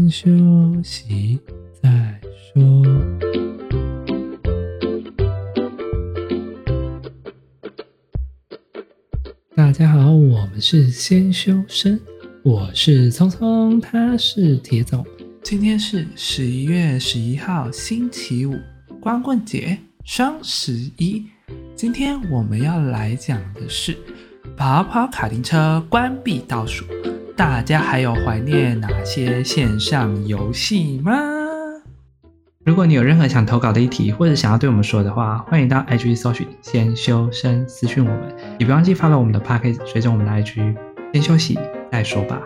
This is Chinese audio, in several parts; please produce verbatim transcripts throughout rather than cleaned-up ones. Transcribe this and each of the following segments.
先休息再说。大家好，我们是先修身，我是聪聪，他是铁总。今天是十一月十一号星期五，光棍节双十一。今天我们要来讲的是跑跑卡丁车关闭倒数，大家还有怀念哪些线上游戏吗？如果你有任何想投稿的议题，或者想要对我们说的话，欢迎到 I G 搜寻先修身私讯我们，也不忘记 follow 我们的 podcast， 追踪我们的 I G。 先休息再说吧。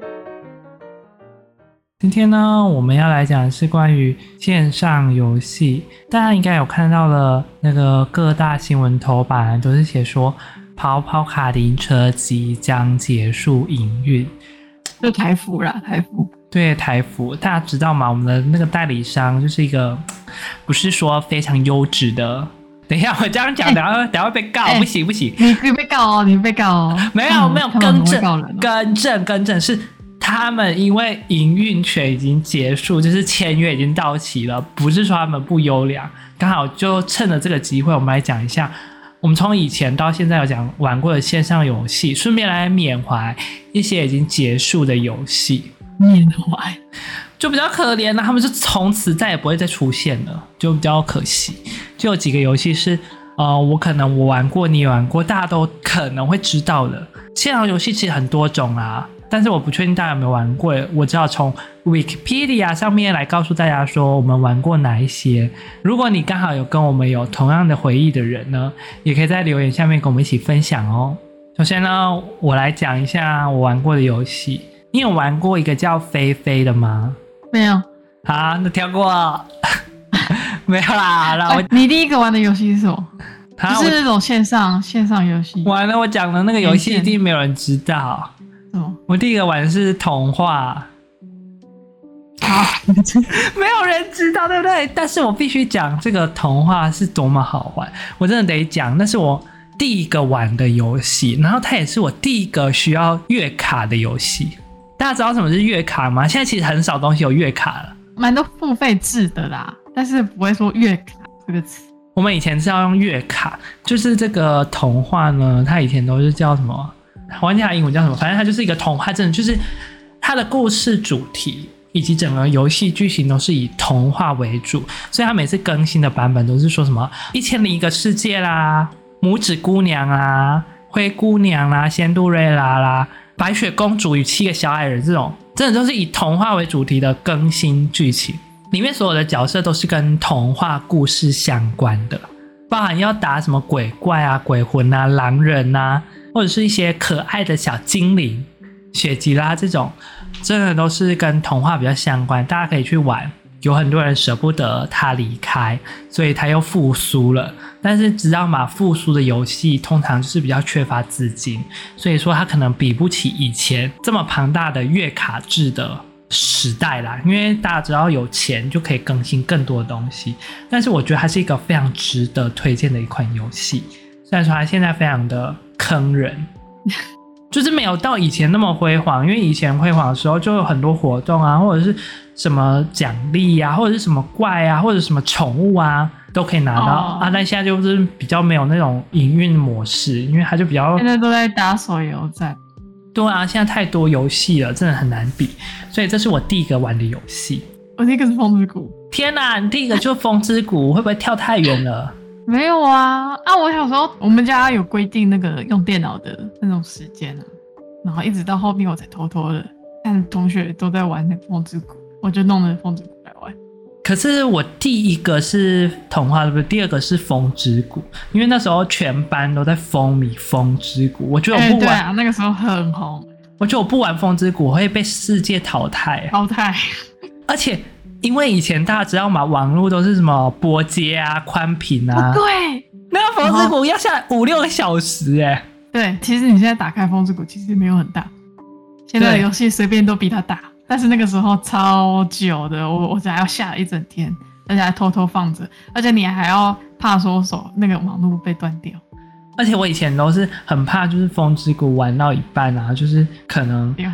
今天呢，我们要来讲的是关于线上游戏。大家应该有看到了那个各大新闻头版都是写说跑跑卡丁车即将结束营运， 就台服啦，台服。 对，台服，大家知道吗？我们的那个代理商就是一个不是说非常优质的。等一下，我这样讲，欸、等一下等一下会被告，欸、不行不行， 你你被告哦，你被告哦。 没有、嗯、没有，更正更正更正是他们因为营运权已经结束，就是签约已经到期了，不是说他们不优良。刚好就趁着这个机会，我们来讲一下。我们从以前到现在有讲玩过的线上游戏，顺便来缅怀一些已经结束的游戏。 缅怀就比较可怜了，他们就从此再也不会再出现了，就比较可惜。就有几个游戏是呃，我可能我玩过，你也玩过，大家都可能会知道的。线上游戏其实很多种啦，但是我不确定大家有没有玩过，我只好从 Wikipedia 上面来告诉大家说我们玩过哪一些。如果你刚好有跟我们有同样的回忆的人呢，也可以在留言下面跟我们一起分享哦。首先呢，我来讲一下我玩过的游戏。你有玩过一个叫飞飞的吗？ 没有。 好，那跳过。没有啦，好啦、欸、 你第一个玩的游戏是什么？就是那种线上线上游戏。 完了，我讲的那个游戏一定没有人知道。 什么？ 我第一个玩的是童话。好，没有人知道，对不对？但是我必须讲这个童话是多么好玩，我真的得讲，那是我第一个玩的游戏，然后它也是我第一个需要月卡的游戏。大家知道什么是月卡吗？现在其实很少东西有月卡了， 蛮多付费制的啦，但是不会说月卡这个词。 我们以前是要用月卡，就是这个童话呢，它以前都是叫什么？我忘记它英文叫什么，反正它就是一个童话，真的就是它的故事主题以及整个游戏剧情都是以童话为主，所以它每次更新的版本都是说什么一千零一个世界啦、拇指姑娘啦、灰姑娘啦、仙杜瑞拉啦、白雪公主与七个小矮人，这种真的都是以童话为主题的更新剧情，里面所有的角色都是跟童话故事相关的，包含要打什么鬼怪啊、鬼魂啊、狼人啊，或者是一些可爱的小精灵、雪吉拉，这种真的都是跟童话比较相关，大家可以去玩。有很多人舍不得他离开，所以他又复苏了，但是知道吗？复苏的游戏通常就是比较缺乏资金，所以说他可能比不起以前这么庞大的月卡制的时代啦，因为大家知道有钱就可以更新更多的东西，但是我觉得它是一个非常值得推荐的一款游戏，虽然说它现在非常的坑人就是没有到以前那么辉煌，因为以前辉煌的时候就有很多活动啊，或者是什么奖励啊，或者是什么怪啊，或者什么宠物啊都可以拿到、哦、啊，但现在就是比较没有那种营运模式，因为它就比较现在都在打手游战。 对啊，现在太多游戏了，真的很难比，所以这是我第一个玩的游戏。 我第一个是风之谷。 天哪，你第一个就是风之谷，会不会跳太远了？ 没有啊啊！我小时候我们家有规定那个用电脑的那种时间啊，然后一直到后面我才偷偷的看同学都在玩那个风之谷，我就弄了风之谷来玩。 可是我第一个是童话，对不对？第二个是风之谷，因为那时候全班都在风靡风之谷，我觉得我不玩、 欸、对啊，那个时候很红。 我觉得我不玩风之谷我会被世界淘汰， 淘汰。 而且因为以前大家知道嘛，网络都是什么拨接啊、宽频啊， 哦、对， 那个风之谷要下五六个小时哎、欸。 对，其实你现在打开风之谷其实没有很大，现在的游戏随便都比它大，但是那个时候超久的，我我还要下一整天，而且还偷偷放着，而且你还要怕说手那个网络被断掉。 而且我以前都是很怕，就是风之谷玩到一半啊，就是可能电话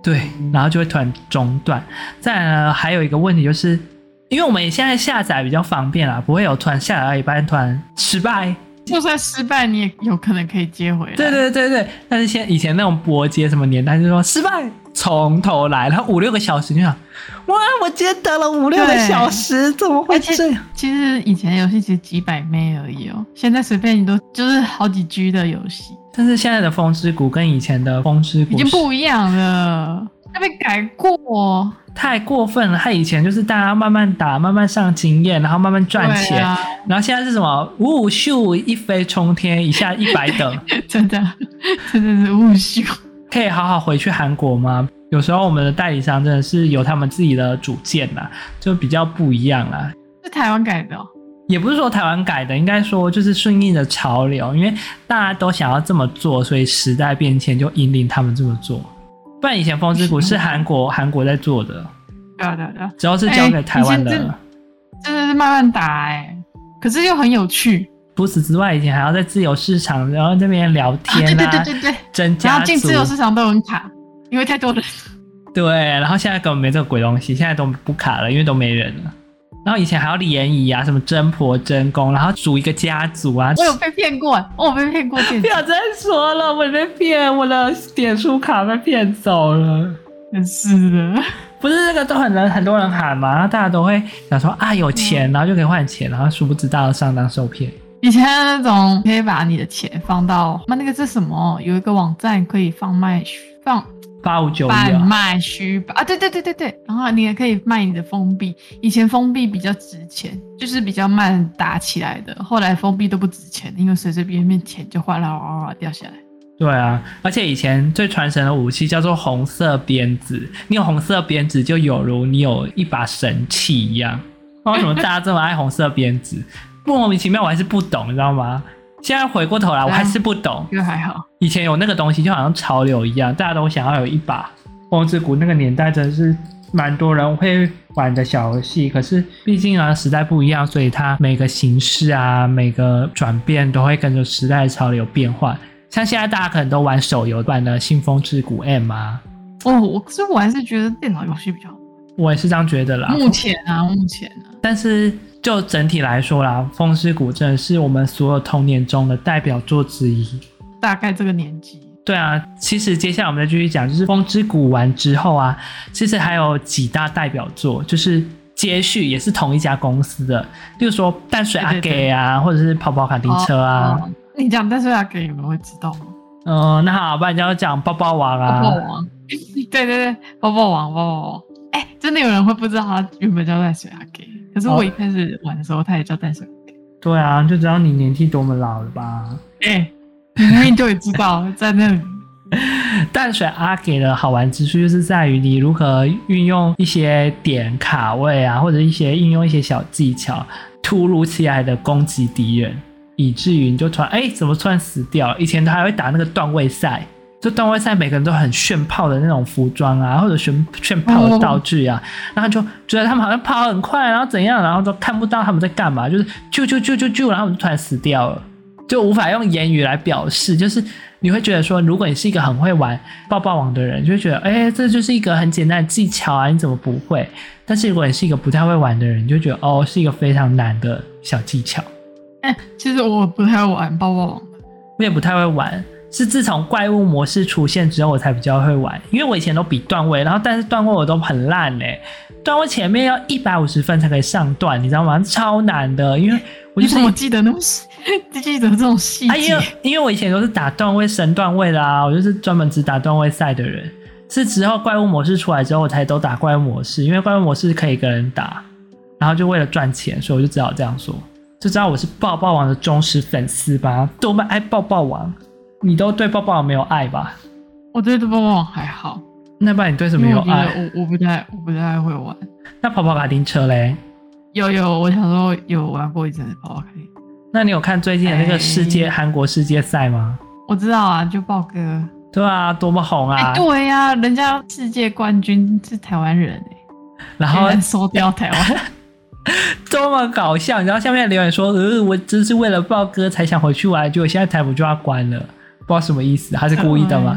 对，然后就会突然中断。再来呢，还有一个问题就是，因为我们现在下载比较方便啦，不会有突然下载到一半突然失败。 就算失败，你也有可能可以接回来。 对对对对，但是现在以前那种拨接什么年代，就说失败，从头来，然后五六个小时，你想，哇，我今天等了五六个小时，怎么会这样？ 其实以前游戏其实几百 M B 而已哦，现在随便你都就是好几 G 的游戏。 但是现在的风之谷跟以前的风之谷已经不一样了，它被改过。 太过分了，他以前就是大家慢慢打，慢慢上经验，然后慢慢赚钱，啊、然后现在是什么呜咻一飞冲天，一下一百等， 真的真的是呜咻。 可以好好回去韩国吗？有时候我们的代理商真的是有他们自己的主见啦，就比较不一样啦。 是台湾改的、哦？ 也不是说台湾改的，应该说就是顺应着潮流，因为大家都想要这么做，所以时代变迁就引领他们这么做。不然以前风之谷是韩国韩国在做的， 对啊对啊对啊， 只要是交给台湾的，欸、 真的是慢慢打哎、欸，可是又很有趣。 除此之外，以前还要在自由市场，然后这边聊天啊， 啊对对对对对， 增加， 然后进自由市场都很卡，因为太多人。 对，然后现在根本没这个鬼东西，现在都不卡了，因为都没人了。然后以前还要联谊啊，什么真婆真公，然后组一个家族啊。 我有被骗过，我有被骗过电子。 不要再说了，我被骗，我的点数卡被骗走了。 真是的， 不是这个都很人很多人喊嘛，然后大家都会想说啊有钱，然后就可以换钱，然后殊不知大家上当受骗。 以前那种可以把你的钱放到那个是什么？有一个网站可以放卖放。 八五九一贩卖虚吧啊，对对对对对，然后你也可以卖你的封闭。以前封闭比较值钱，就是比较慢打起来的，后来封闭都不值钱，因为随随便便钱就哗啦哗啦掉下来。 对啊，而且以前最传神的武器叫做红色鞭子，你有红色鞭子就有如你有一把神器一样。为什么大家这么爱红色鞭子？莫名其妙，我还是不懂，你知道吗？现在回过头来，我还是不懂。 这个还好， 以前有那个东西，就好像潮流一样，大家都想要有一把。风之谷那个年代真的是蛮多人会玩的小游戏，可是毕竟啊时代不一样，所以它每个形式啊，每个转变都会跟着时代的潮流变换。像现在大家可能都玩手游版的新风之谷 M 啊。 哦，我可是我还是觉得电脑游戏比较好。 我也是这样觉得啦。 目前啊，目前啊。 但是就整体来说啦，风之谷真的是我们所有童年中的代表作之一。 大概这个年纪。 对啊，其实接下来我们再继续讲，就是风之谷完之后啊，其实还有几大代表作，就是接续也是同一家公司的，例如说淡水阿给啊，对对对，或者是跑跑卡丁车啊。哦哦、 你讲淡水阿给有人会知道吗？ 嗯、呃，那好，不然就要讲包包王啊。 包包王，对对对，包包王，包包王。哎、欸，真的有人会不知道他原本叫淡水阿给，可是我一开始玩的时候，他也叫淡水阿给。 对啊，就知道你年纪多么老了吧？ 哎、欸。你明明就也知道在那里。 淡水阿给的好玩之处就是在于你如何运用一些点卡位啊，或者一些运用一些小技巧，突如其来的攻击敌人，以至于你就突然哎、欸，怎么突然死掉了？以前他还会打那个段位赛，就段位赛每个人都很炫炮的那种服装啊，或者炫炫炮的道具啊，然后就觉得他们好像跑很快，然后怎样，然后都看不到他们在干嘛，就是啾啾啾啾啾，然后就突然死掉了。就无法用言语来表示，就是你会觉得说，如果你是一个很会玩爆爆王的人，就会觉得，哎、欸，这就是一个很简单的技巧啊，你怎么不会？但是如果你是一个不太会玩的人，你就觉得，哦，是一个非常难的小技巧。 哎、欸，其实我不太会玩爆爆王的， 我也不太会玩，是自从怪物模式出现之后，我才比较会玩。因为我以前都比段位，然后但是段位我都很烂嘞、欸，段位前面要一百五十分才可以上段，你知道吗？超难的，因为我就是我记得那么记得这种细节、啊， 因为因为我以前都是打段位神段位的啊，我就是专门只打段位赛的人。是之后怪物模式出来之后，我才都打怪物模式，因为怪物模式可以一个人打，然后就为了赚钱，所以我就只好这样说，就知道我是爆爆王的忠实粉丝吧，多么爱爆爆王。你都对爆爆王没有爱吧？ 我对爆爆王还好。 那不然你对什么有爱？ 我我不太我不太会玩。 那跑跑卡丁车嘞？ 有有，我小时候有玩过一阵子跑跑卡丁。 那你有看最近的那个世界韩、欸、国世界赛吗？ 我知道啊，就豹哥。 对啊，多么红啊！ 欸、对呀、啊，人家世界冠军是台湾人哎、欸， 然后收掉台湾， 多么搞笑！你知道下面留言说，呃，我只是为了豹哥才想回去玩，结果现在台服就要关了，不知道什么意思，他是故意的吗？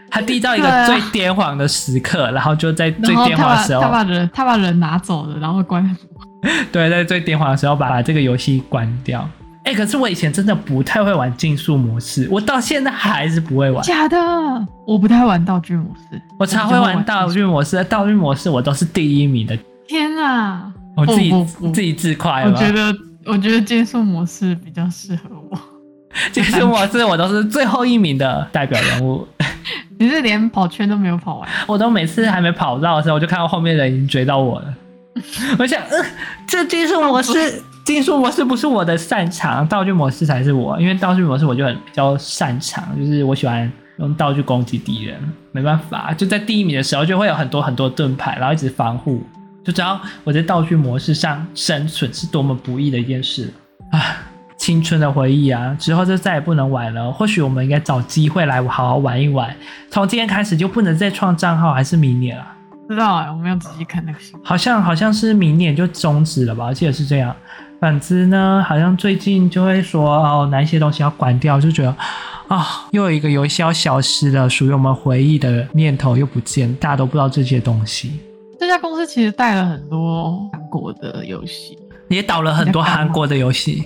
他缔造一个最癫狂的时刻，啊、然后就在最癫狂的时候， 他把, 他把人他把人拿走了，然后关。 对，在最癫狂的时候把把这个游戏关掉。哎、欸，可是我以前真的不太会玩竞速模式，我到现在还是不会玩。 假的，我不太玩道具模式， 我超会玩道具模式，道具模式我都是第一名的。 天啊！ 我自己不不不自己自夸了。 我觉得，我觉得竞速模式比较适合我。 竞速模式我都是最后一名的代表人物。 你是连跑圈都没有跑完？ 我都每次还没跑到的时候，我就看到后面的人已经追到我了。我想，呃，这竞速模式，竞速模式不是我的擅长，道具模式才是我。因为道具模式我就很比较擅长，就是我喜欢用道具攻击敌人。没办法，就在第一名的时候就会有很多很多盾牌，然后一直防护，就知道我在道具模式上生存是多么不易的一件事啊！青春的回忆啊，之后就再也不能玩了。或许我们应该找机会来好好玩一玩。从今天开始就不能再创账号，还是明年啊？ 不知道哎、欸，我没有仔细看那个新闻。 好像好像是明年就终止了吧？我记得是这样。反之呢，好像最近就会说哦，哪一些东西要关掉，就觉得啊、哦，又有一个游戏要消失了，属于我们回忆的念头又不见，大家都不知道这些东西。 这家公司其实带了很多韩国的游戏， 也导了很多韩国的游戏。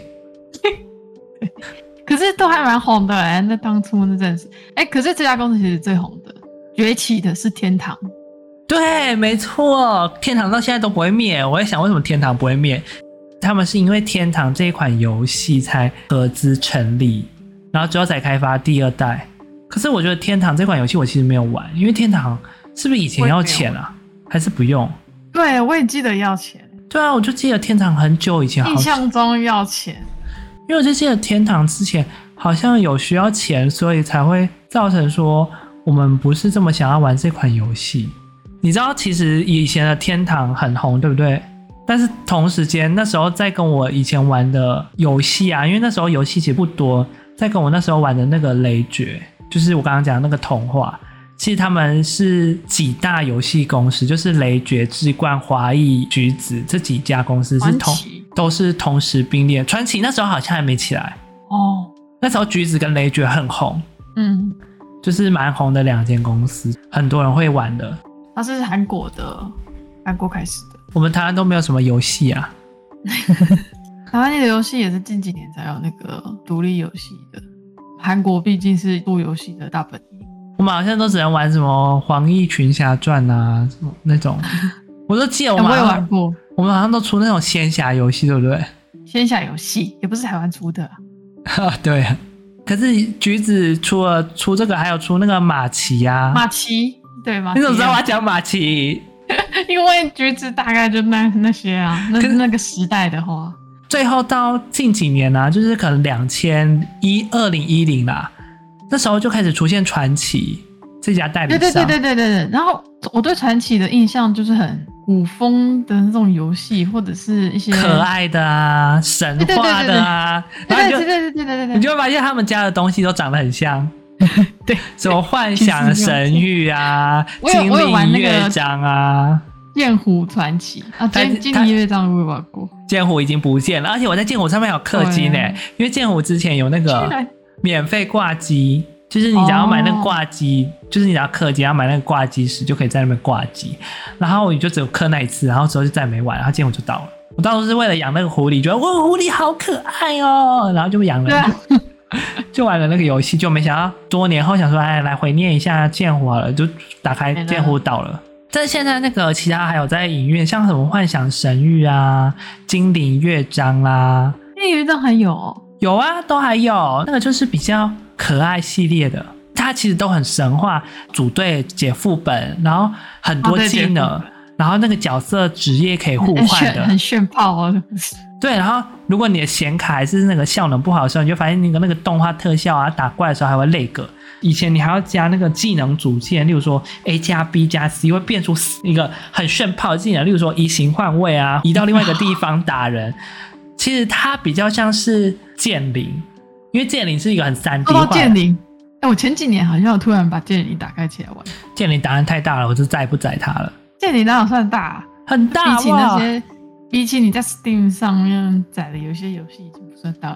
可是都还蛮红的哎、欸，那当初那阵子哎，可是这家公司其实最红的崛起的是天堂。 对，没错，天堂到现在都不会灭。我在想为什么天堂不会灭，他们是因为天堂这一款游戏才合资成立，然后之后才开发第二代。可是我觉得天堂这款游戏我其实没有玩，因为天堂是不是以前要钱啊，还是不用？ 对，我也记得要钱。 对啊，我就记得天堂很久以前好像， 印象中要钱。 因为我就记得天堂之前好像有需要钱，所以才会造成说我们不是这么想要玩这款游戏。你知道其实以前的天堂很红对不对？但是同时间那时候在跟我以前玩的游戏啊，因为那时候游戏其实不多，在跟我那时候玩的那个雷爵，就是我刚刚讲的那个童话，其实他们是几大游戏公司，就是雷爵、智冠、华谊、橘子这几家公司是同都是同时并列。传奇那时候好像还没起来哦， 那时候橘子跟雷爵很红， 嗯， 就是蛮红的两间公司，很多人会玩的。 它是韩国的，韩国开始的。 我们台湾都没有什么游戏啊。 台湾的游戏也是近几年才有那个独立游戏的。韩国毕竟是做游戏的大本营， 我们好像都只能玩什么《黄奕群侠传》啊，什么那种。我都记得我们好像、 欸、我也玩过， 我们好像都出那种仙侠游戏，对不对？ 仙侠游戏也不是台湾出的啊。对，可是橘子除了出这个，还有出那个马奇啊。 马奇，对吗？ 你怎么知道我要讲马奇？ 因为橘子大概就那那些啊，那那个时代的话， 最后到近几年啊，就是可能两千一二零一零啦，那时候就开始出现传奇这家代理商。 对对对对对对。然后我对传奇的印象就是很古风的那种游戏，或者是一些可爱的啊、神话的啊， 对对对对对对对对， 你就会发现他们家的东西都长得很像。 对， 什么幻想神域啊、精灵乐章啊、 剑湖传奇啊，精精灵乐章我也玩过。 剑湖已经不见了，而且我在剑湖上面有氪金诶、欸，因为剑湖之前有那个免费挂机，就是你只要买那个挂机，哦、就是你只要氪金要买那个挂机时就可以在那边挂机，然后你就只有氪那一次，然后之后就再没玩，然后剑湖就倒了。我当时是为了养那个狐狸，觉得哇狐狸好可爱哦，然后就养了。就玩了那个游戏，就没想到多年后想说，哎，来回念一下剑湖好了，就打开剑湖倒了。但现在那个其他还有在影院，像什么幻想神域啊、精灵乐章啦， 精灵乐章还有、哦、 有啊，都还有。那个就是比较可爱系列的，它其实都很神话，组队解副本，然后很多技能，哦、然后那个角色职业可以互换的， 很炫炮哦。 对，然后如果你的显卡还是那个效能不好的时候，你就发现那个那个动画特效啊，打怪的时候还会lag。以前你还要加那个技能组件，例如说 A 加 B 加 C 会变出一个很炫炮的技能，例如说移形换位啊，移到另外一个地方打人。其实它比较像是剑灵，因为剑灵是一个很 三 D 化的。 剑灵，哎，我前几年好像有突然把剑灵打开起来玩。 剑灵答案太大了，我就再也不载它了。 剑灵哪有算大、啊？ 很大， 比起那些。比起你在 Steam 上面载的有些游戏已经不算大了，好不好？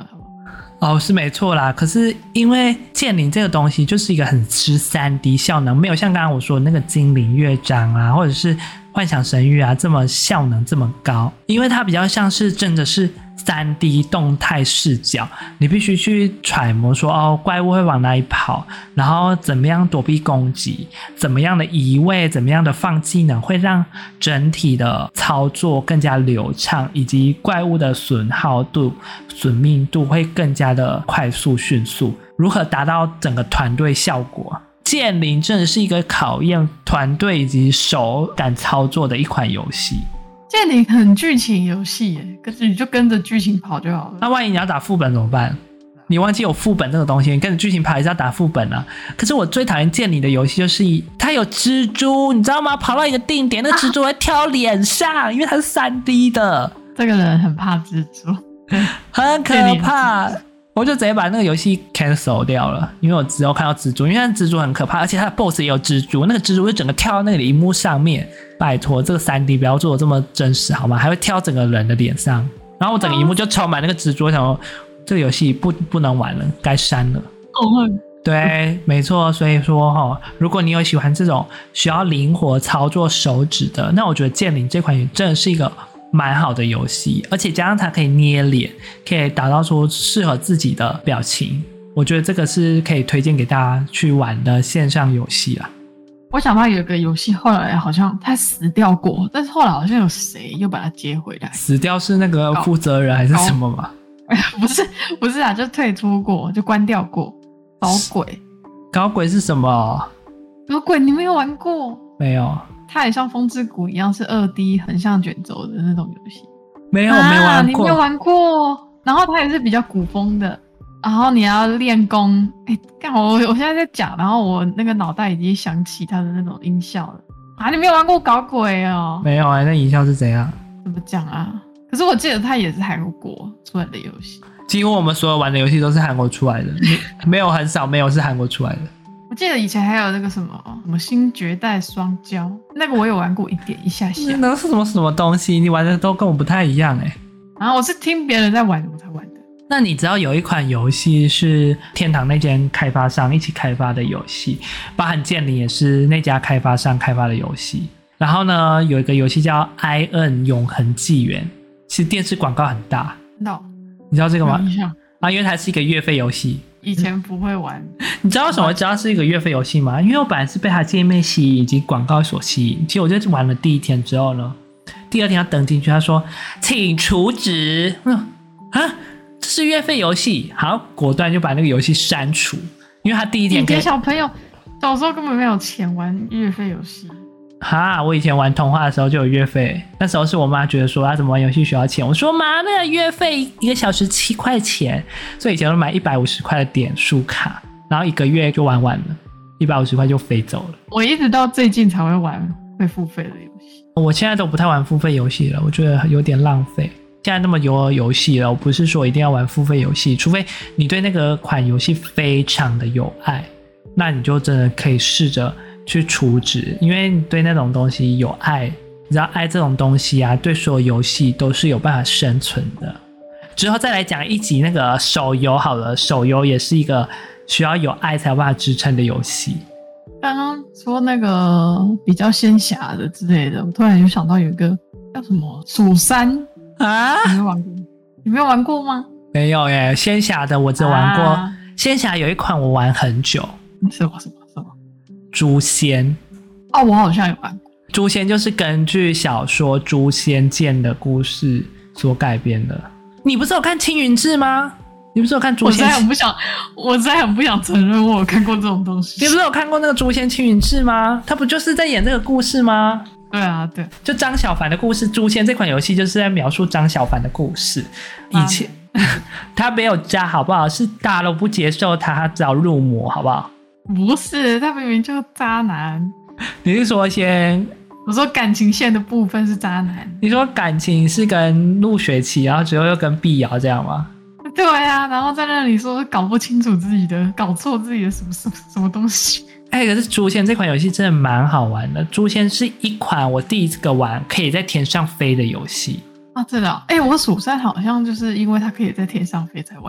哦，是没错啦。可是因为剑灵这个东西就是一个很吃 三 D 效能，没有像刚刚我说的那个精灵乐章啊，或者是幻想神域啊这么效能这么高，因为它比较像是真的是三 D 动态视角，你必须去揣摩说哦，怪物会往哪里跑，然后怎么样躲避攻击，怎么样的移位，怎么样的放技能，会让整体的操作更加流畅，以及怪物的损耗度、损命度会更加的快速迅速，如何达到整个团队效果。剑灵真的是一个考验团队以及手感操作的一款游戏。 剑灵很剧情游戏耶，可是你就跟着剧情跑就好了。 那万一你要打副本怎么办？你忘记有副本这个东西，你跟着剧情跑还是要打副本啊。可是我最讨厌剑灵的游戏就是它有蜘蛛，你知道吗？跑到一个定点，那蜘蛛会跳脸上，啊、因为它是 三 D 的。 这个人很怕蜘蛛， 很可怕。我就直接把那个游戏 cancel 掉了，因为我只有看到蜘蛛，因为蜘蛛很可怕，而且它的 boss 也有蜘蛛，那个蜘蛛就整个跳到那个荧幕上面。拜托，这个 三 D 不要做的这么真实好吗？还会跳整个人的脸上，然后我整个荧幕就充满那个蜘蛛，我想说这个游戏不不能玩了，该删了。 哦， 对，没错，所以说齁，如果你有喜欢这种需要灵活操作手指的，那我觉得剑灵这款也真的是一个蛮好的游戏，而且加上它可以捏脸，可以打造出适合自己的表情，我觉得这个是可以推荐给大家去玩的线上游戏啦。 我想到有一个游戏后来好像它死掉过，但是后来好像有谁又把它接回来。 死掉是那个负责人还是什么吗？ 不是不是啊，就退出过，就关掉过。搞鬼， 搞鬼是什么？ 搞鬼你没有玩过？ 没有。 它也像风之谷一样是 二 D 横向卷轴的那种游戏。 没有，啊、没玩过。 你没有玩过？然后它也是比较古风的，然后你要练功。哎，干我我现在在讲，然后我那个脑袋已经想起它的那种音效了。啊，你没有玩过搞鬼哦？ 没有啊、欸，那音效是怎样？ 怎么讲啊？可是我记得它也是韩国出来的游戏。 几乎我们所有玩的游戏都是韩国出来的，没有很少没有是韩国出来的。 我记得以前还有那个什么什么新绝代双骄，那个我有玩过一点一下下。 那是什么什么东西？你玩的都跟我不太一样哎、欸。 然后我是听别人在玩我才玩的。 那你知道有一款游戏是天堂那间开发商一起开发的游戏，包含剑灵也是那家开发商开发的游戏。然后呢，有一个游戏叫 I N 永恒纪元，其实电视广告很大。 No. 你知道这个吗？ 啊， 因为它是一个月费游戏。 以前不会玩。 你知道为什么知道是一个月费游戏吗？因为我本来是被它界面吸引以及广告所吸引。其实我就玩了第一天之后呢，第二天要登进去，他说请储值。嗯啊，这是月费游戏，好，果断就把那个游戏删除，因为他第一天可以。 以前小朋友小时候根本没有钱玩月费游戏。 哈，我以前玩童话的时候就有月费，那时候是我妈觉得说她怎么玩游戏需要钱，我说妈，那个月费一个小时七块钱，所以以前都买一百五十块的点数卡，然后一个月就玩完了，一百五十块就飞走了。 我一直到最近才会玩会付费的游戏， 我现在都不太玩付费游戏了，我觉得有点浪费。现在那么多游戏了，我不是说一定要玩付费游戏，除非你对那个款游戏非常的有爱，那你就真的可以试着去储值，因为你对那种东西有爱，你知道爱这种东西啊，对所有游戏都是有办法生存的。之后再来讲一集那个手游好了，手游也是一个需要有爱才有办法支撑的游戏。 刚刚说那个比较仙侠的之类的，我突然就想到有一个叫什么蜀山啊，你没有玩过？你没有玩过吗？ 没有耶，仙侠的我只玩过、啊、仙侠有一款我玩很久。 什么什么什么？ 诛仙。 哦，我好像有玩过。 诛仙就是根据小说《诛仙剑》的故事所改编的。你不是有看《青云志》吗？你不是有看《诛仙》？ 我实在很不想，我实在很不想承认我有看过这种东西。 你不是有看过那个《诛仙青云志》吗？他不就是在演这个故事吗？ 对啊，对， 就张小凡的故事。《诛仙》这款游戏就是在描述张小凡的故事。以前、啊、他没有渣，好不好？是大家都不接受他，他只好入魔，好不好？ 不是，他明明就是渣男。 你是说先？ 我说感情线的部分是渣男。 你说感情是跟陆雪琪，然后最后又跟碧瑶这样吗？ 对啊，然后在那里说搞不清楚自己的，搞错自己的什么什么什么东西。 哎、欸，可是诛仙这款游戏真的蛮好玩的。诛仙是一款我第一个玩可以在天上飞的游戏啊，真的、哦。哎、欸，我蜀山好像就是因为它可以在天上飞才玩。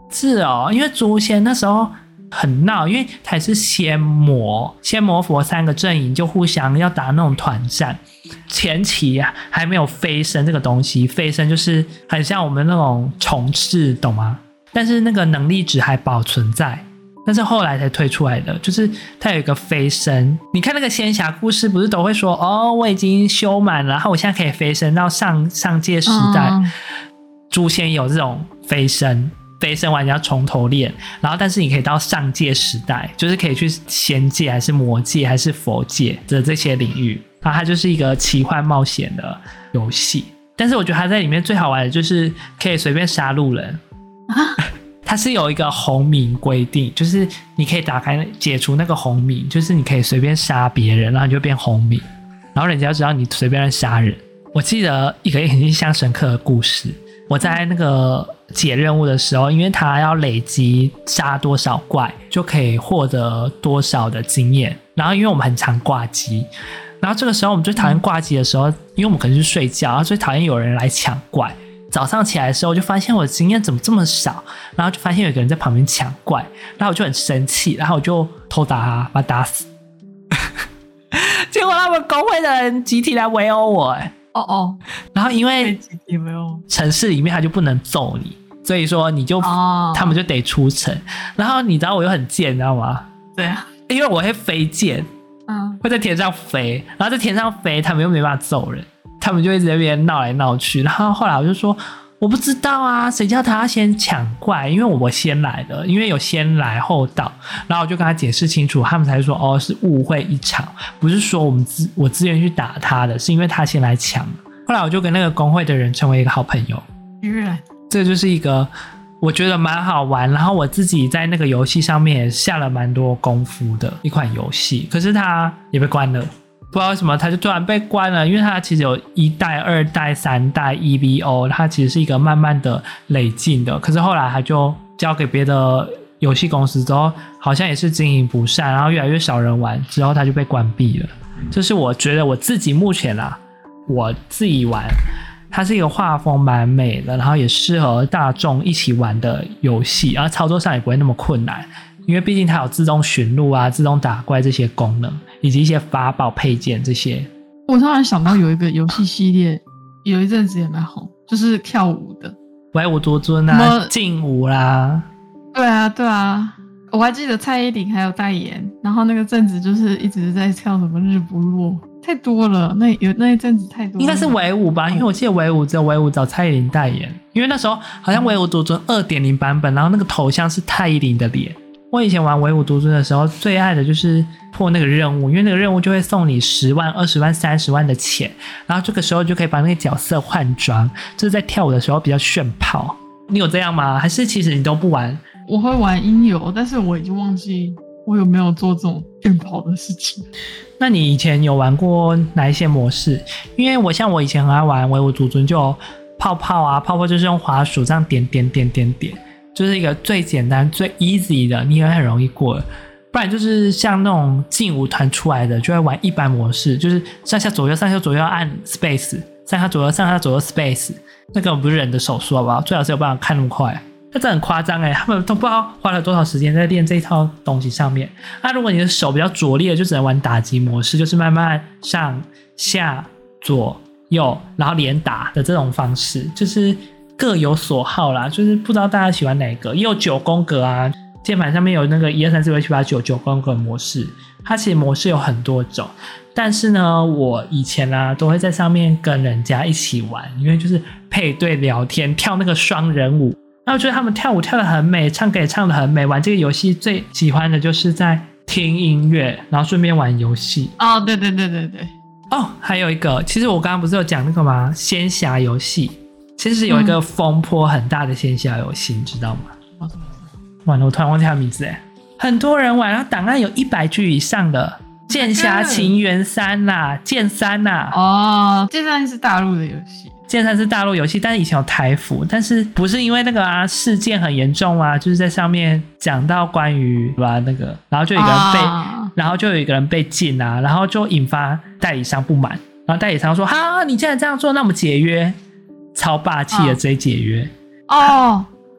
是哦，因为诛仙那时候很闹，因为他也是仙魔，仙魔佛三个阵营就互相要打那种团战。前期啊还没有飞升这个东西，飞升就是很像我们那种重置，懂吗？但是那个能力值还保存在，但是后来才推出来的，就是它有一个飞升。你看那个仙侠故事不是都会说哦，我已经修满了，然后我现在可以飞升到上上界时代。嗯、诛仙有这种飞升，飞升完你要从头练，然后但是你可以到上界时代，就是可以去仙界还是魔界还是佛界的这些领域。然后它就是一个奇幻冒险的游戏，但是我觉得它在里面最好玩的就是可以随便杀路人。它是有一个红名规定，就是你可以打开解除那个红名，就是你可以随便杀别人，然后你就变红名，然后人家知道你随便乱杀人。我记得一个印象深刻的故事，我在那个解任务的时候，因为它要累积杀多少怪就可以获得多少的经验，然后因为我们很常挂机，然后这个时候我们最讨厌挂机的时候，因为我们可能是睡觉，然后最讨厌有人来抢怪。早上起来的时候，我就发现我的经验怎么这么少，然后就发现有一个人在旁边抢怪，然后我就很生气，然后我就偷打他，把他打死。结果他们工会的人集体来围殴我、欸， 哦哦， 然后因为城市里面他就不能揍你，所以说你就、哦、他们就得出城。然后你知道我又很贱，你知道吗？ 对啊， 因为我会飞剑，嗯，会在天上飞，然后在天上飞，他们又没办法揍人。他们就一直在那边闹来闹去，然后后来我就说我不知道啊，谁叫他要先抢怪，因为我先来的，因为有先来后到，然后我就跟他解释清楚，他们才说哦是误会一场，不是说我们自我自愿去打他的，是因为他先来抢的。后来我就跟那个工会的人成为一个好朋友，这就是一个我觉得蛮好玩，然后我自己在那个游戏上面也下了蛮多功夫的一款游戏，可是它也被关了。不知道为什么他就突然被关了，因为他其实有一代、二代、三代 E V O， 它其实是一个慢慢的累进的。可是后来他就交给别的游戏公司之后，好像也是经营不善，然后越来越少人玩，之后他就被关闭了。这是我觉得我自己目前啦，我自己玩，它是一个画风蛮美的，然后也适合大众一起玩的游戏，然后操作上也不会那么困难。因为毕竟它有自动寻路啊、自动打怪这些功能，以及一些法宝配件这些。 我突然想到有一个游戏系列，有一阵子也蛮红，就是跳舞的， 唯舞独尊啊、劲舞啦。 对啊，对啊，我还记得蔡依林还有代言，然后那个阵子就是一直在跳什么日不落，太多了，那有那一阵子太多了。 应该是唯舞吧，因为我记得唯舞只有唯舞找蔡依林代言，因为那时候好像唯舞独尊 二点零 版本，然后那个头像是蔡依林的脸。我以前玩唯舞独尊的时候，最爱的就是破那个任务，因为那个任务就会送你十万、二十万、三十万的钱，然后这个时候就可以把那个角色换装，就是在跳舞的时候比较炫炮。你有这样吗？还是其实你都不玩？ 我会玩音游，但是我已经忘记我有没有做这种炫炮的事情。 那你以前有玩过哪一些模式？因为我像我以前很爱玩唯舞独尊，就有泡泡啊，泡泡就是用滑鼠这样点点点点点。就是一个最简单最 easy 的，你也很容易过的。不然就是像那种劲舞团出来的就会玩一般模式，就是上下左右上下左右按 space， 上下左右上下左右 space， 那根本不是人的手速好不好？最好是有办法看那么快，那这很夸张欸，他们都不知道花了多少时间在练这一套东西上面。那如果你的手比较拙劣的，就只能玩打击模式，就是慢慢上下左右然后连打的这种方式，就是各有所好啦，就是不知道大家喜欢哪个。也有九宫格啊，键盘上面有那个一二三四五六七八九九宫格模式，它其实模式有很多种。但是呢，我以前啊都会在上面跟人家一起玩，因为就是配对聊天，跳那个双人舞。然后我觉得他们跳舞跳得很美，唱歌也唱得很美。玩这个游戏最喜欢的就是在听音乐，然后顺便玩游戏。 哦，对对对对对。 哦，还有一个，其实我刚刚不是有讲那个吗？仙侠游戏。其实有一个风波很大的仙侠游戏、嗯、你知道吗？完了，我突然忘记他的名字耶。很多人玩，然后档案有一百 G 以上的剑侠情缘三啦，剑三啦。哦， 剑三是大陆的游戏， 剑三是大陆游戏，但是以前有台服，但是不是因为那个啊事件很严重啊，就是在上面讲到关于吧那个，然后就有一个人被、哦，然后就有一个人被禁啊，然后就引发代理商不满，然后代理商说：“哈，你既然这样做，那我们解约。”超霸气的这解约哦，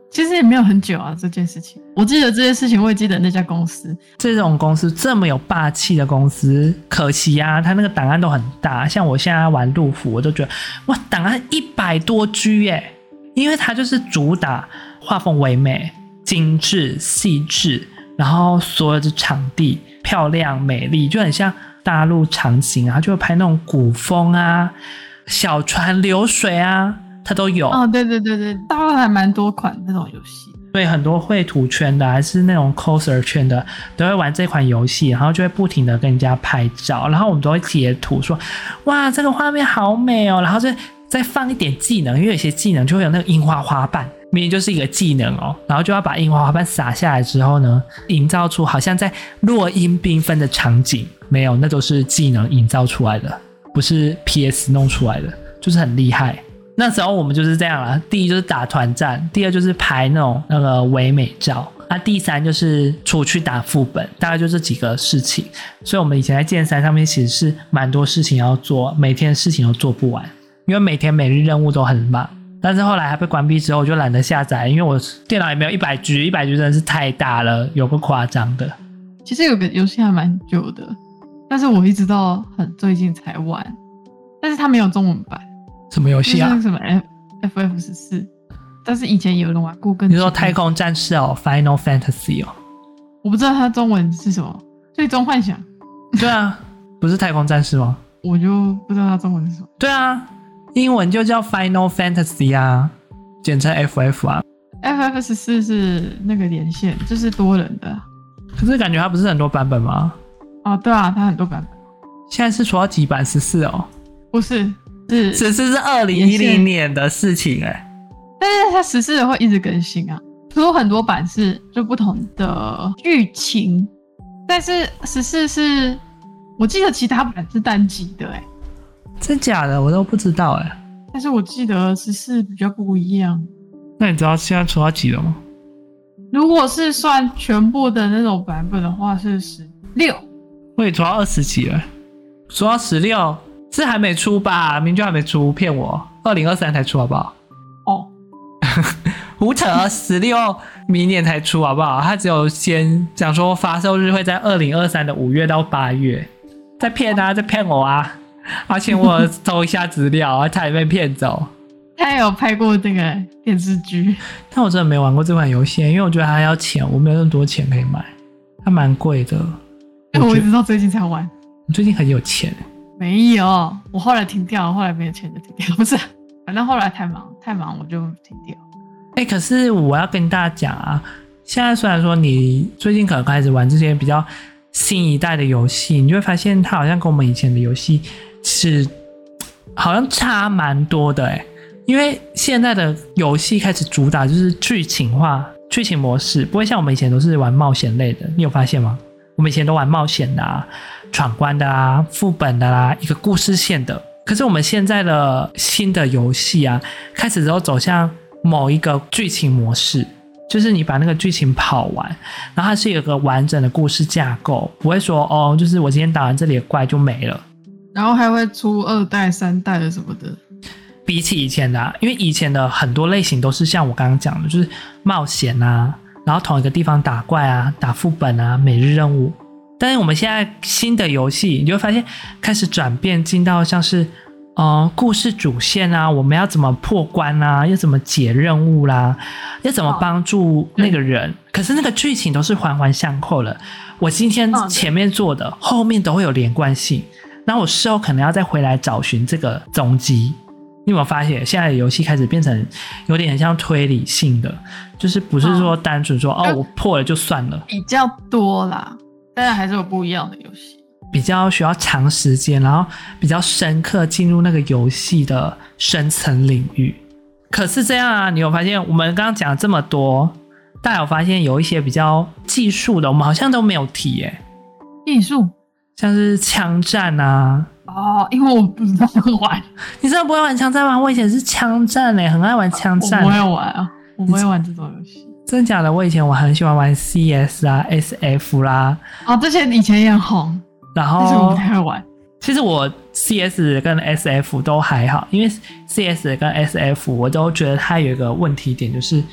其实也没有很久啊，这件事情。我记得这件事情，我也记得那家公司。 这种公司这么有霸气的公司，可惜啊，它那个档案都很大。像我现在玩路服，我都觉得哇，档案一百多 G 耶，因为它就是主打画风唯美、精致、细致，然后所有的场地漂亮美丽，就很像大陆场景啊，就会拍那种古风啊、小船流水啊。它都有哦，对对对对，大陆还蛮多款那种游戏， 对，很多绘图圈的还是那种 coser 圈的都会玩这款游戏，然后就会不停的跟人家拍照，然后我们都会截图说哇这个画面好美哦，然后再再放一点技能，因为有些技能就会有那个樱花花瓣，明明就是一个技能哦，然后就要把樱花花瓣撒下来之后呢，营造出好像在落英缤纷的场景，没有，那都是技能营造出来的，不是 P S 弄出来的，就是很厉害。那时候我们就是这样啦，第一就是打团战，第二就是拍那种那个唯美照，啊，第三就是出去打副本，大概就这几个事情。所以我们以前在剑三上面其实是蛮多事情要做，每天事情都做不完，因为每天每日任务都很忙。但是后来它被关闭之后，我就懒得下载，因为我电脑也没有 一百 G， 一百 G 真的是太大了，有个夸张的。 其实有个游戏还蛮久的，但是我一直到很最近才玩，但是它没有中文版。 什么游戏啊？ 就是什么 F F 十四，但是以前有人玩过更。 你说太空战士哦 ，Final Fantasy 哦？ 我不知道它中文是什么，最终幻想。 对啊，不是太空战士吗？ 我就不知道它中文是什么。 对啊，英文就叫 Final Fantasy 啊，简称 F F 啊。 F F 十四是那个连线，就是多人的。 可是感觉它不是很多版本吗？ 哦，对啊，它很多版本。现在是出到几版？十四哦？ 不是。是十四是二零一零年的事情哎、欸， 但是它十四会一直更新啊，有很多版是就不同的剧情，但是十四是我记得其他版是单集的哎、欸， 真假的我都不知道哎、欸， 但是我记得十四比较不一样。 那你知道现在出到几了吗？ 如果是算全部的那种版本的话是十六， 我也出到二十几了，出到十六。是还没出吧？明就还没出，骗我！二零二三才出好不好？ 哦， 胡扯，十六明年才出好不好？他只有先讲说发售日会在二零二三的五月到八月，在骗他，在骗我啊！而且我偷一下资料，差点被骗走。 他有拍过这个电视剧， 但我真的没玩过这款游戏，因为我觉得它要钱，我没有那么多钱可以买，它蛮贵的。 我, 我一直到最近才玩。 你最近很有钱。 没有，我后来停掉了，后来没有钱就停掉，不是，反正后来太忙太忙我就停掉。 哎、欸，可是我要跟大家讲啊，现在虽然说你最近可能开始玩这些比较新一代的游戏，你就会发现它好像跟我们以前的游戏是好像差蛮多的哎、欸，因为现在的游戏开始主打就是剧情化、剧情模式，不会像我们以前都是玩冒险类的，你有发现吗？我们以前都玩冒险的啊。闯关的啦，副本的啦，一个故事线的。可是我们现在的新的游戏啊，开始之后走向某一个剧情模式，就是你把那个剧情跑完，然后它是有个完整的故事架构，不会说哦，就是我今天打完这里的怪就没了。 然后还会出二代、三代的什么的。 比起以前的、啊，因为以前的很多类型都是像我刚刚讲的，就是冒险啊，然后同一个地方打怪啊，打副本啊，每日任务。但是我们现在新的游戏，你就会发现开始转变，进到像是呃故事主线啊，我们要怎么破关啊，要怎么解任务啦，要怎么帮助那个人。哦、可是那个剧情都是环环相扣的，我今天前面做的，哦、后面都会有连贯性。然后我事后可能要再回来找寻这个踪迹。你有没有发现，现在的游戏开始变成有点像推理性的，就是不是说单纯说、哦、哦我破了就算了， 比较多啦。当然还是有不一样的游戏， 比较需要长时间，然后比较深刻进入那个游戏的深层领域。可是这样啊，你有发现我们刚刚讲了这么多，大家有发现有一些比较技术的，我们好像都没有提耶。 技术像是枪战啊。 哦，因为我不知道玩。 你真的不会玩枪战吗？我以前是枪战耶，很爱玩枪战。 我不会玩啊，我不会玩这种游戏。 真的假的？我以前我很喜欢玩 C S 啊 S F 啦， 哦，这些以前也很红， 然后但是我不太会玩。 其实我 C S 跟 S F 都还好，因为 C S 跟 S F 我都觉得它有一个问题点，就是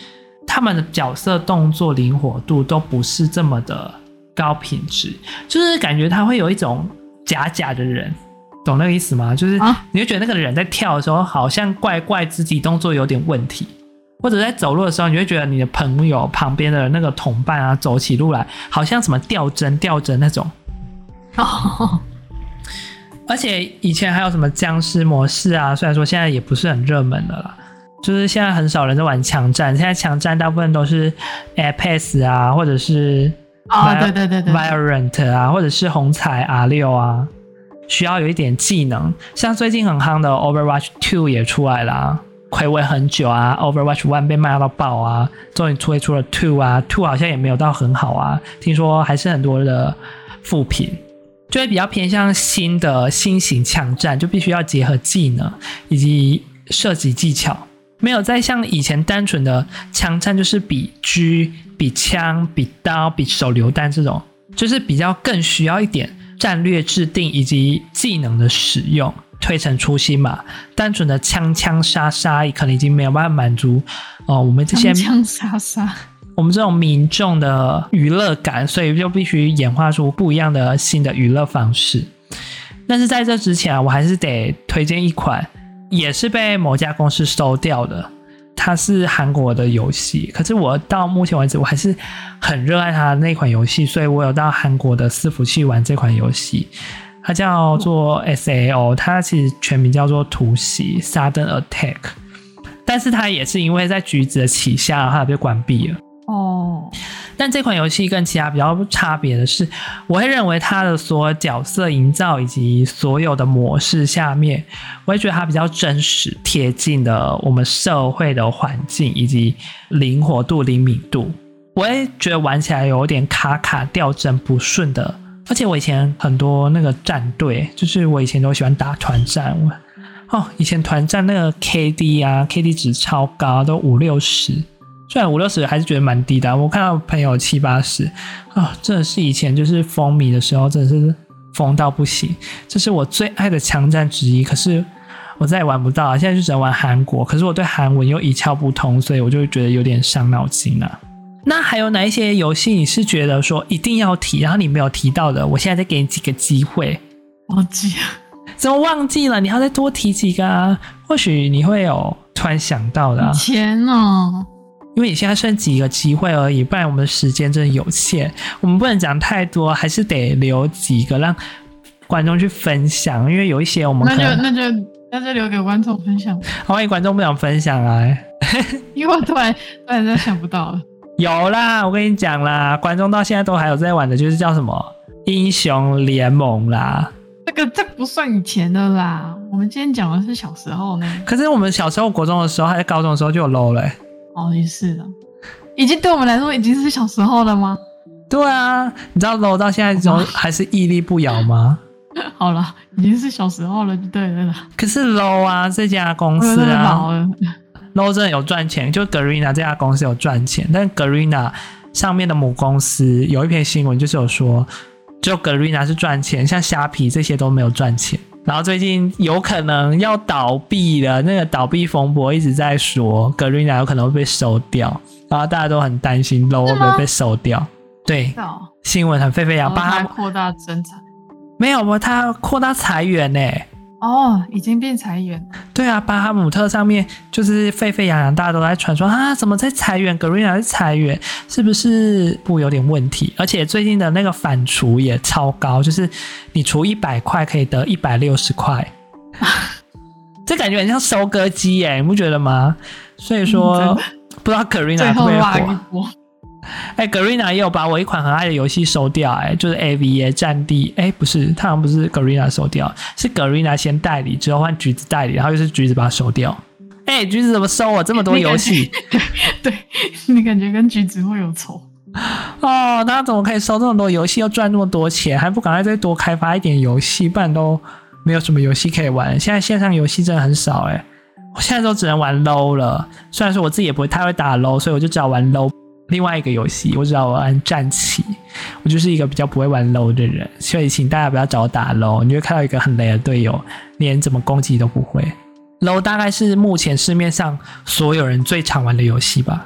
他们的角色动作灵活度都不是这么的高品质，就是感觉他会有一种假假的人，懂那个意思吗？就是你会觉得那个人在跳的时候好像怪怪，肢体动作有点问题，或者在走路的时候你会觉得你的朋友旁边的那个同伴啊走起路来好像什么吊针吊针那种。哦，而且以前还有什么僵尸模式啊，虽然说现在也不是很热门的啦，就是现在很少人在玩枪战，现在枪战大部分都是 Apex 啊，或者是哦，对对对对 Valorant 啊，或者是红彩 R 六 啊，需要有一点技能。像最近很夯的 Overwatch 二也出来啦，睽违很久啊 ，Overwatch 一被卖到爆啊，终于推出了二啊，二好像也没有到很好啊，听说还是很多的负评，就会比较偏向新的新型枪战，就必须要结合技能以及射击技巧。没有再像以前单纯的枪战，就是比狙、比枪、比刀、比手榴弹这种，就是比较更需要一点战略制定以及技能的使用，推陈出新嘛。单纯的枪枪杀杀可能已经没有办法满足哦我们这些枪枪杀杀我们这种民众的娱乐感，所以就必须演化出不一样的新的娱乐方式。但是在这之前啊，我还是得推荐一款也是被某家公司收掉的，它是韩国的游戏，可是我到目前为止我还是很热爱它的那款游戏，所以我有到韩国的伺服器玩这款游戏，它叫做 S A O， 它其实全名叫做突袭 Sudden Attack， 但是它也是因为在橘子的旗下它被关闭了哦。 但这款游戏跟其他比较差别的是，我会认为它的所有角色营造以及所有的模式下面，我会觉得它比较真实贴近的我们社会的环境以及灵活度灵敏度，我会觉得玩起来有点卡卡掉帧不顺的。而且我以前很多那个战队，就是我以前都喜欢打团战，哦，以前团战那个 K D 啊 K D 值超高，都五六十，虽然五六十还是觉得蛮低的，我看到朋友七八十啊，真的是以前就是风靡的时候，真的是疯到不行。这是我最爱的枪战之一，可是我再也玩不到了，现在就只能玩韩国。可是我对韩文又一窍不通，所以我就觉得有点伤脑筋啊。那还有哪一些游戏你是觉得说一定要提，然后你没有提到的？我现在再给你几个机会。 忘记了？ 怎么忘记了？你要再多提几个啊？或许你会有突然想到的啊。 以前哦。 因为你现在剩几个机会而已，不然我们的时间真的有限，我们不能讲太多，还是得留几个让观众去分享。因为有一些我们可能那就那就那就留给观众分享。 万一观众不想分享啊， 因为我突然突然真的想不到了。 有啦，我跟你讲啦，观众到现在都还有在玩的，就是叫什么英雄联盟啦。 这个这不算以前的啦，我们今天讲的是小时候呢。 可是我们小时候国中的时候，还在高中的时候就有 low 了、欸。 哦，也是的，已经对我们来说已经是小时候了吗？ 对啊，你知道 low 到现在中还是屹立不摇吗？ 好了，已经是小时候了，就对了啦。 可是 low 啊，这家公司啊， 老了 low 真的有赚钱，就 Garena 这家公司有赚钱，但 Garena 上面的母公司有一篇新闻就是有说，只有 Garena 是赚钱，像虾皮这些都没有赚钱。然后最近有可能要倒闭了，那个倒闭风波一直在说 Garena 有可能会被收掉，然后大家都很担心 low 会不会被收掉。对，新闻很沸沸扬， 把它扩大增产。 没有，他扩大裁员呢、欸。 哦，已经变裁员。 对啊，巴哈姆特上面就是沸沸扬扬，大家都在传说啊，怎么在裁员 Garena 在裁员，是不是不有点问题？而且最近的那个反刍也超高，就是你除一百块可以得一百六十块，这感觉很像收割机耶，你不觉得吗？所以说、嗯、不知道 Garena 会不会火。哎 ，Garena 也有把我一款很爱的游戏收掉，哎，就是 A V A 战地，哎，不是，他好像不是 Garena 收掉，是 Garena 先代理，之后换橘子代理，然后又是橘子把它收掉。哎，橘子怎么收我这么多游戏？ 对，你感觉跟橘子会有仇哦？他怎么可以收这么多游戏，又赚那么多钱，还不赶快再多开发一点游戏，不然都没有什么游戏可以玩。现在线上游戏真的很少，哎，我现在都只能玩 low 了。虽然说我自己也不会太会打 low， 所以我就只好玩 low。另外一个游戏我知道我玩战棋，我就是一个比较不会玩 low 的人，所以请大家不要找我打 low， 你就会看到一个很雷的队友连怎么攻击都不会。 low 大概是目前市面上所有人最常玩的游戏吧，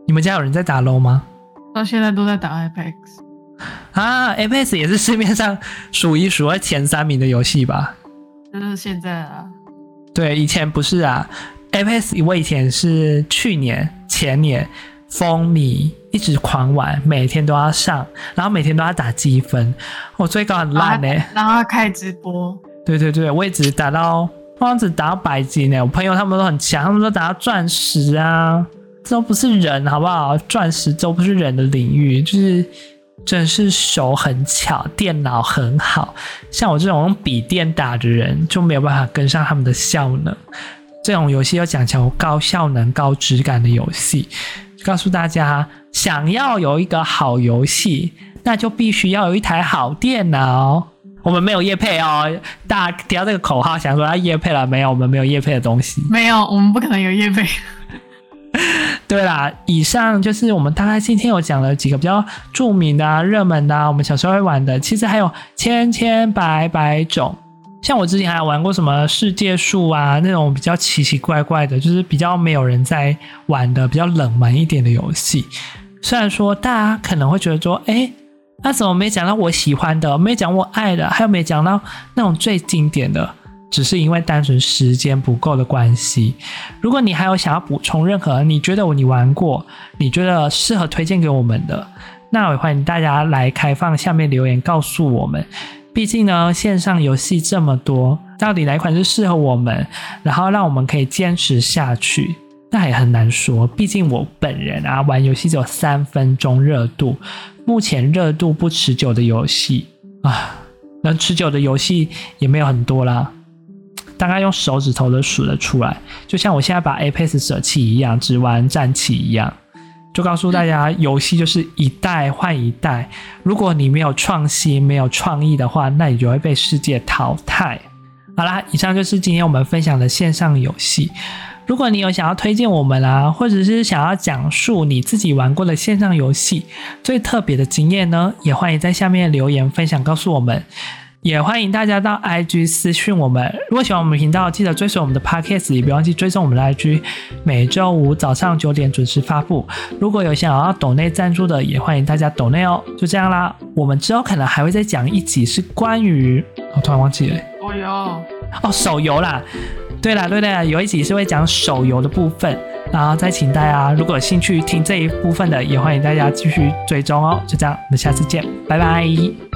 你们家有人在打 L O L 吗？ 到现在都在打 Apex 啊 Apex 也是市面上数一数二前三名的游戏吧？ 就是现在啊。 对，以前不是啊 Apex 我以前是去年前年风靡，一直狂玩，每天都要上，然后每天都要打积分，我最高很烂欸， 然后开直播。 对对对，我也只打到好像只打到白金欸，我朋友他们都很强，他们都打到钻石啊，这都不是人好不好？钻石都不是人的领域，就是真是手很巧，电脑很好，像我这种用笔电打的人就没有办法跟上他们的效能。这种游戏要讲求高效能高质感的游戏，告诉大家想要有一个好游戏，那就必须要有一台好电脑。我们没有业配哦，大家提到这个口号想说要业配了没有？我们没有业配的东西， 没有，我们不可能有业配。 对啦，以上就是我们大概今天有讲了几个比较著名的啊、热门的啊，我们小时候会玩的，其实还有千千百百种。像我之前还有玩过什么世界树啊，那种比较奇奇怪怪的，就是比较没有人在玩的比较冷门一点的游戏。虽然说大家可能会觉得说，诶，那怎么没讲到我喜欢的，没讲我爱的，还有没讲到那种最经典的，只是因为单纯时间不够的关系。如果你还有想要补充任何你觉得你玩过，你觉得适合推荐给我们的，那我欢迎大家来开放下面留言告诉我们。毕竟呢，线上游戏这么多，到底哪一款是适合我们，然后让我们可以坚持下去，那也很难说。毕竟我本人啊，玩游戏只有三分钟热度，目前热度不持久的游戏啊，能持久的游戏也没有很多啦，大概用手指头都数得出来。就像我现在把 Apex 舍弃一样，只玩战棋一样。就告诉大家，游戏就是一代换一代，如果你没有创新没有创意的话，那你就会被世界淘汰。好啦，以上就是今天我们分享的线上游戏。如果你有想要推荐我们啊，或者是想要讲述你自己玩过的线上游戏最特别的经验呢，也欢迎在下面留言分享告诉我们。也欢迎大家到 I G 私讯我们。如果喜欢我们频道，记得追随我们的 Podcast， 也别忘记追踪我们的 I G， 每周五早上九点准时发布。如果有想要抖内赞助的，也欢迎大家抖内哦。就这样啦，我们之后可能还会再讲一集是关于……我突然忘记了。 手游哦，手游啦。对啦对啦，有一集是会讲手游的部分，然后再请大家如果有兴趣听这一部分的，也欢迎大家继续追踪哦。就这样，我们下次见，拜拜。